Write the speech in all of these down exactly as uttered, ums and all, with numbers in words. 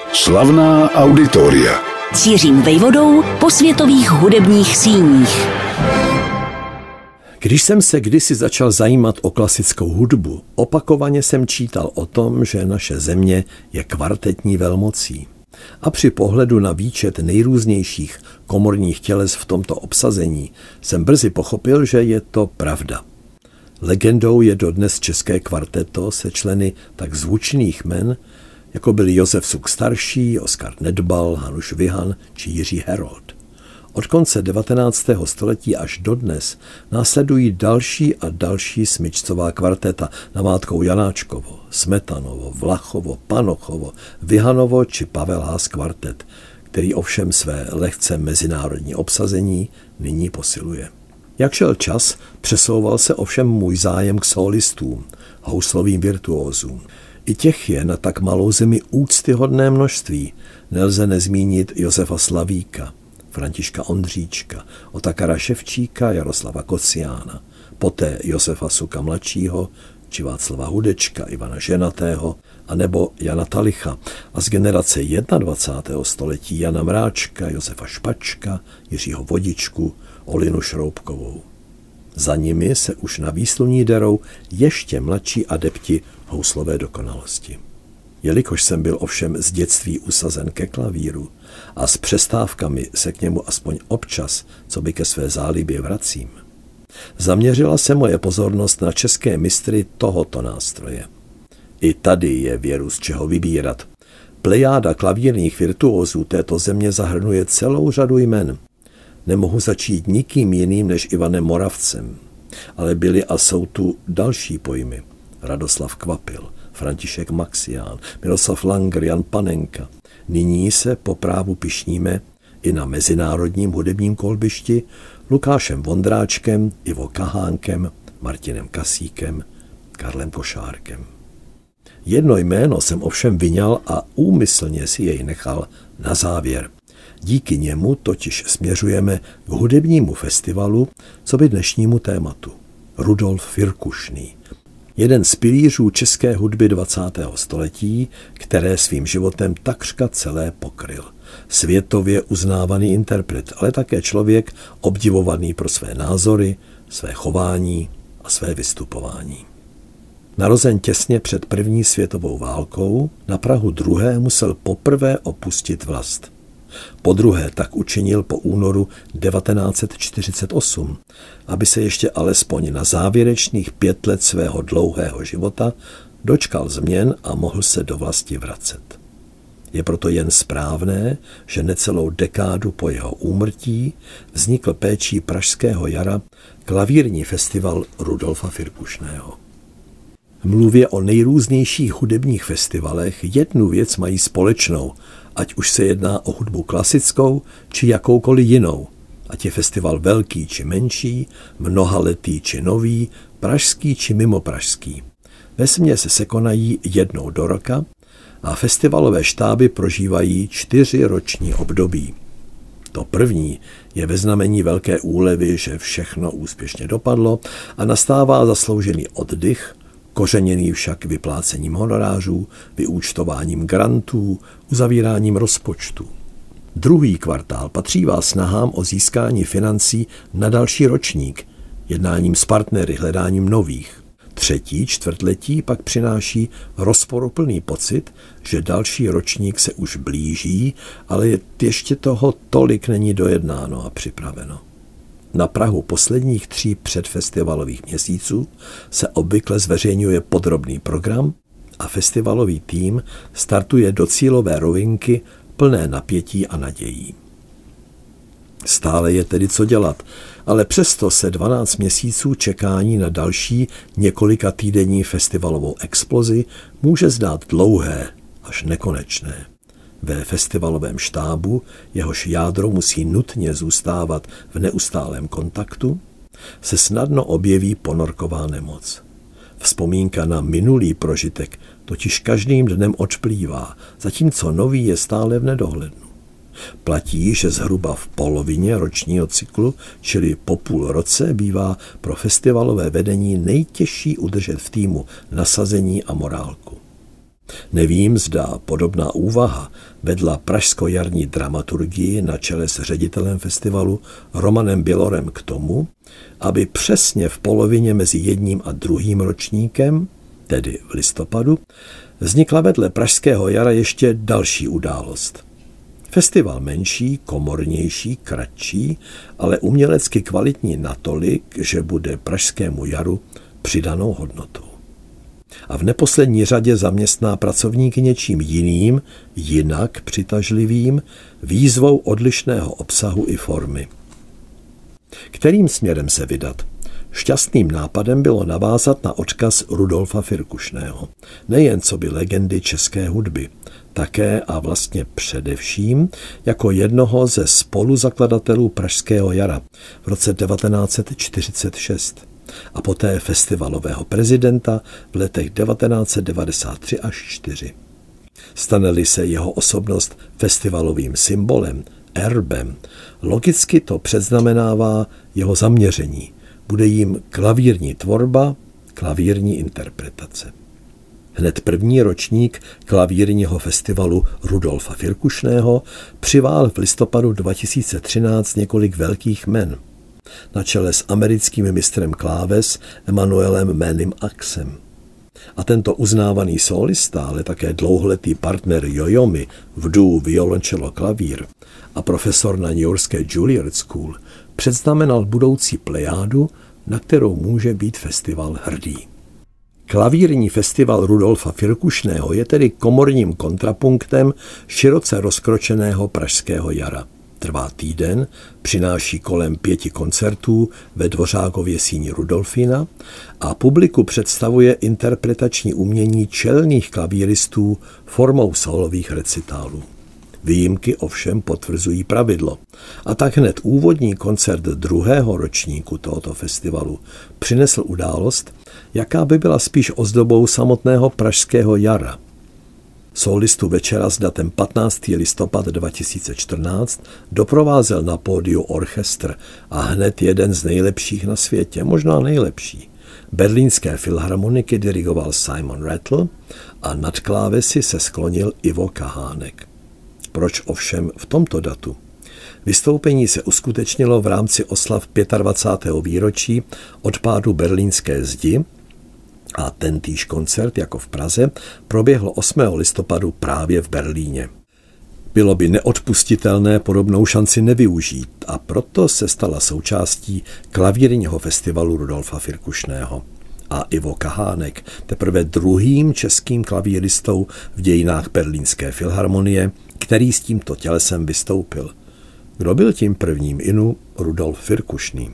Slavná auditoria. Cířím vejvodou po světových hudebních síních. Když jsem se kdysi začal zajímat o klasickou hudbu, opakovaně jsem čítal o tom, že naše země je kvartetní velmocí. A při pohledu na výčet nejrůznějších komorních těles v tomto obsazení jsem brzy pochopil, že je to pravda. Legendou je dodnes české kvarteto se členy tak zvučných jmen, jako byli Josef Suk starší, Oskar Nedbal, Hanuš Vihan či Jiří Herold. Od konce devatenáctého století až dodnes následují další a další smyčcová kvarteta namátkou Janáčkovo, Smetanovo, Vlachovo, Panochovo, Vihanovo či Pavel Haas kvartet, který ovšem své lehce mezinárodní obsazení nyní posiluje. Jak šel čas, přesouval se ovšem můj zájem k solistům, houslovým virtuózům. I těch je na tak malou zemi úctyhodné množství. Nelze nezmínit Josefa Slavíka, Františka Ondříčka, Otakara Ševčíka, Jaroslava Kociána, poté Josefa Suka mladšího, či Václava Hudečka, Ivana Ženatého, anebo Jana Talicha a z generace dvacátého prvního století Jana Mráčka, Josefa Špačka, Jiřího Vodičku, Olinu Šroubkovou. Za nimi se už na výsluní derou ještě mladší adepti houslové dokonalosti. Jelikož jsem byl ovšem z dětství usazen ke klavíru a s přestávkami se k němu aspoň občas, co by ke své zálibě vracím, zaměřila se moje pozornost na české mistry tohoto nástroje. I tady je věru z čeho vybírat. Plejáda klavírních virtuózů této země zahrnuje celou řadu jmen. Nemohu začít nikým jiným než Ivanem Moravcem, ale byli a jsou tu další pojmy. Radoslav Kvapil, František Maxián, Miroslav Langer, Jan Panenka. Nyní se po právu pyšníme i na mezinárodním hudebním kolbišti Lukášem Vondráčkem, Ivo Kahánkem, Martinem Kasíkem, Karlem Košárkem. Jedno jméno jsem ovšem vyňal a úmyslně si jej nechal na závěr. Díky němu totiž směřujeme k hudebnímu festivalu, co by dnešnímu tématu. Rudolf Virkušný. Jeden z pilířů české hudby dvacátého století, které svým životem takřka celé pokryl. Světově uznávaný interpret, ale také člověk obdivovaný pro své názory, své chování a své vystupování. Narozen těsně před první světovou válkou, na prahu druhé musel poprvé opustit vlast. Podruhé tak učinil po únoru devatenáct set čtyřicet osm, aby se ještě alespoň na závěrečných pět let svého dlouhého života dočkal změn a mohl se do vlasti vracet. Je proto jen správné, že necelou dekádu po jeho úmrtí vznikl péčí Pražského jara klavírní festival Rudolfa Virkušného. Mluvě o nejrůznějších hudebních festivalech jednu věc mají společnou, ať už se jedná o hudbu klasickou či jakoukoliv jinou, ať je festival velký či menší, mnohaletý či nový, pražský či mimo pražský. Vesměs se konají jednou do roka a festivalové štáby prožívají čtyři roční období. To první je ve znamení velké úlevy, že všechno úspěšně dopadlo a nastává zasloužený oddych, kořeněný však vyplácením honorářů, vyúčtováním grantů, uzavíráním rozpočtu. Druhý kvartál patřívá snahám o získání financí na další ročník, jednáním s partnery, hledáním nových. Třetí čtvrtletí pak přináší rozporuplný pocit, že další ročník se už blíží, ale ještě toho tolik není dojednáno a připraveno. Na prahu posledních tří předfestivalových měsíců se obvykle zveřejňuje podrobný program a festivalový tým startuje do cílové rovinky plné napětí a nadějí. Stále je tedy co dělat, ale přesto se dvanáct měsíců čekání na další několika týdenní festivalovou explozi může zdát dlouhé až nekonečné. Ve festivalovém štábu, jehož jádro musí nutně zůstávat v neustálém kontaktu, se snadno objeví ponorková nemoc. Vzpomínka na minulý prožitek totiž každým dnem odplývá, zatímco nový je stále v nedohlednu. Platí, že zhruba v polovině ročního cyklu, čili po půl roce, bývá pro festivalové vedení nejtěžší udržet v týmu nasazení a morálku. Nevím, zda podobná úvaha vedla pražsko-jarní dramaturgii na čele s ředitelem festivalu Romanem Bělorem k tomu, aby přesně v polovině mezi jedním a druhým ročníkem, tedy v listopadu, vznikla vedle Pražského jara ještě další událost. Festival menší, komornější, kratší, ale umělecky kvalitní natolik, že bude Pražskému jaru přidanou hodnotou. A v neposlední řadě zaměstná pracovníky něčím jiným, jinak přitažlivým, výzvou odlišného obsahu i formy. Kterým směrem se vydat? Šťastným nápadem bylo navázat na odkaz Rudolfa Firkušného. Nejen co by legendy české hudby, také a vlastně především jako jednoho ze spoluzakladatelů Pražského jara v roce devatenáct set čtyřicet šest a poté festivalového prezidenta v letech devatenáct set devadesát tři až čtyři. Stane-li se jeho osobnost festivalovým symbolem, erbem, logicky to předznamenává jeho zaměření. Bude jim klavírní tvorba, klavírní interpretace. Hned první ročník klavírního festivalu Rudolfa Firkušného přivál v listopadu dva tisíce třináct několik velkých jmen. Na čele s americkým mistrem kláves Emanuelem Mannym Axem. A tento uznávaný solista, ale také dlouholetý partner Yoyomi v duu violoncello klavír a profesor na newyorské Juilliard School předznamenal budoucí plejádu, na kterou může být festival hrdý. Klavírní festival Rudolfa Firkušného je tedy komorním kontrapunktem široce rozkročeného Pražského jara. Trvá týden, přináší kolem pěti koncertů ve Dvořákově síni Rudolfína a publiku představuje interpretační umění čelných klavíristů formou sólových recitálů. Výjimky ovšem potvrzují pravidlo. A tak hned úvodní koncert druhého ročníku tohoto festivalu přinesl událost, jaká by byla spíš ozdobou samotného Pražského jara. Solistu večera s datem patnáctého listopadu dva tisíce čtrnáct doprovázel na pódiu orchestr a hned jeden z nejlepších na světě, možná nejlepší. Berlínské filharmoniky dirigoval Simon Rattle a nad klávesy se sklonil Ivo Kahánek. Proč ovšem v tomto datu? Vystoupení se uskutečnilo v rámci oslav dvacátého pátého výročí od pádu berlínské zdi a tentýž koncert, jako v Praze, proběhl osmého listopadu právě v Berlíně. Bylo by neodpustitelné podobnou šanci nevyužít a proto se stala součástí klavírního festivalu Rudolfa Firkušného. A Ivo Kahánek, teprve druhým českým klavíristou v dějinách Berlínské filharmonie, který s tímto tělesem vystoupil. Kdo byl tím prvním inu? Rudolf Firkušný.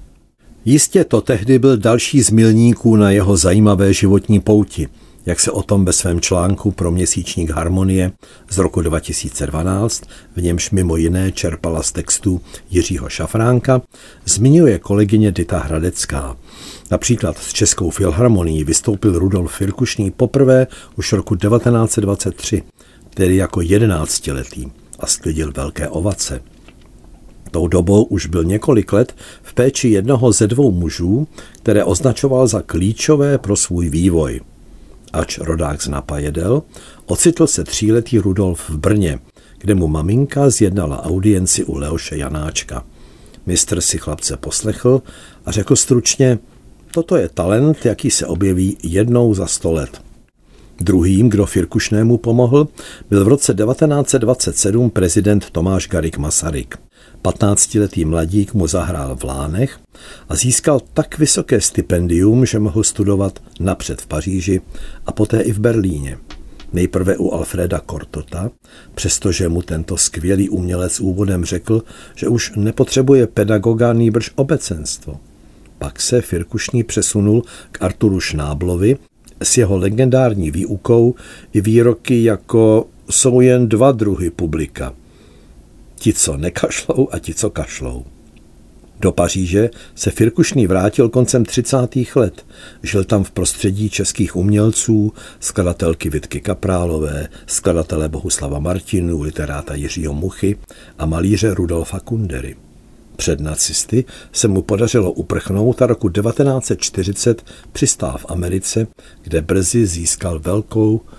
Jistě to tehdy byl další z milníků na jeho zajímavé životní pouti, jak se o tom ve svém článku pro měsíčník Harmonie z roku dva tisíce dvanáct, v němž mimo jiné čerpala z textů Jiřího Šafránka, zmiňuje kolegyně Dita Hradecká. Například s Českou filharmonií vystoupil Rudolf Firkušný poprvé už roku devatenáct set dvacet tři, tedy jako jedenáctiletý, a sklidil velké ovace. Tou dobou už byl několik let v péči jednoho ze dvou mužů, které označoval za klíčové pro svůj vývoj. Ač rodák z Napajedel, ocitl se tříletý Rudolf v Brně, kde mu maminka zjednala audienci u Leoše Janáčka. Mistr si chlapce poslechl a řekl stručně: toto je talent, jaký se objeví jednou za sto let. Druhým, kdo Firkušnému pomohl, byl v roce devatenáct set dvacet sedm prezident Tomáš Garrigue Masaryk. patnáctiletý mladík mu zahrál v Lánech a získal tak vysoké stipendium, že mohl studovat napřed v Paříži a poté i v Berlíně. Nejprve u Alfreda Cortota, přestože mu tento skvělý umělec úvodem řekl, že už nepotřebuje pedagoga, nýbrž obecenstvo. Pak se Firkušný přesunul k Arturu Šnáblovi s jeho legendární výukou i výroky jako jsou jen dva druhy publika. Ti, co nekašlou a ti, co kašlou. Do Paříže se Firkušný vrátil koncem třicátých let. Žil tam v prostředí českých umělců, skladatelky Vitky Kaprálové, skladatele Bohuslava Martinů, literáta Jiřího Muchy a malíře Rudolfa Kundery. Před nacisty se mu podařilo uprchnout a roku devatenáct set čtyřicet přistál v Americe, kde brzy získal velkou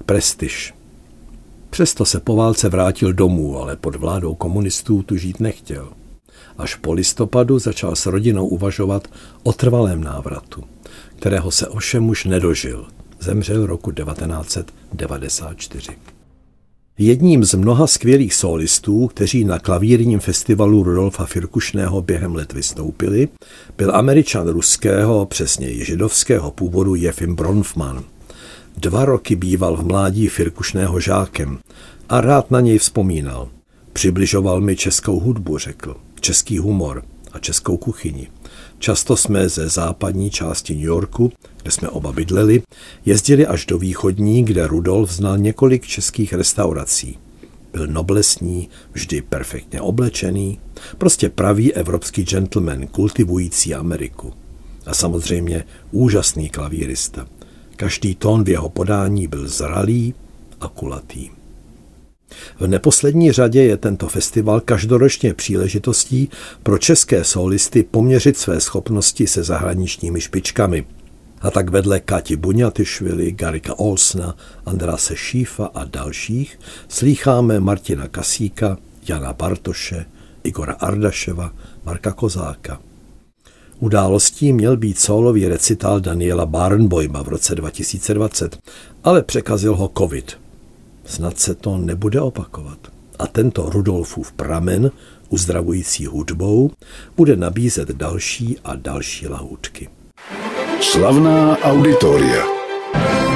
prestiž. Přesto se po válce vrátil domů, ale pod vládou komunistů tu žít nechtěl. Až po listopadu začal s rodinou uvažovat o trvalém návratu, kterého se ovšem už nedožil. Zemřel roku devatenáct set devadesát čtyři. Jedním z mnoha skvělých solistů, kteří na klavírním festivalu Rudolfa Firkušného během let vystoupili, byl Američan ruského, přesněji židovského původu Jefim Bronfman. Dva roky býval v mládí Firkušného žákem a rád na něj vzpomínal. Přibližoval mi českou hudbu, řekl, český humor a českou kuchyni. Často jsme ze západní části New Yorku, kde jsme oba bydleli, jezdili až do východní, kde Rudolf znal několik českých restaurací. Byl noblesní, vždy perfektně oblečený, prostě pravý evropský gentleman, kultivující Ameriku. A samozřejmě úžasný klavírista. Každý tón v jeho podání byl zralý a kulatý. V neposlední řadě je tento festival každoročně příležitostí pro české solisty poměřit své schopnosti se zahraničními špičkami. A tak vedle Kati Buňatyšvili, Garika Olsna, Andrase Šífa a dalších slýcháme Martina Kasíka, Jana Bartoše, Igora Ardaševa, Marka Kozáka. Událostí měl být sólový recital Daniela Barenboima v roce dva tisíce dvacet, ale překazil ho covid. Snad se to nebude opakovat. A tento Rudolfův pramen, uzdravující hudbou, bude nabízet další a další lahůdky. Slavná auditoria.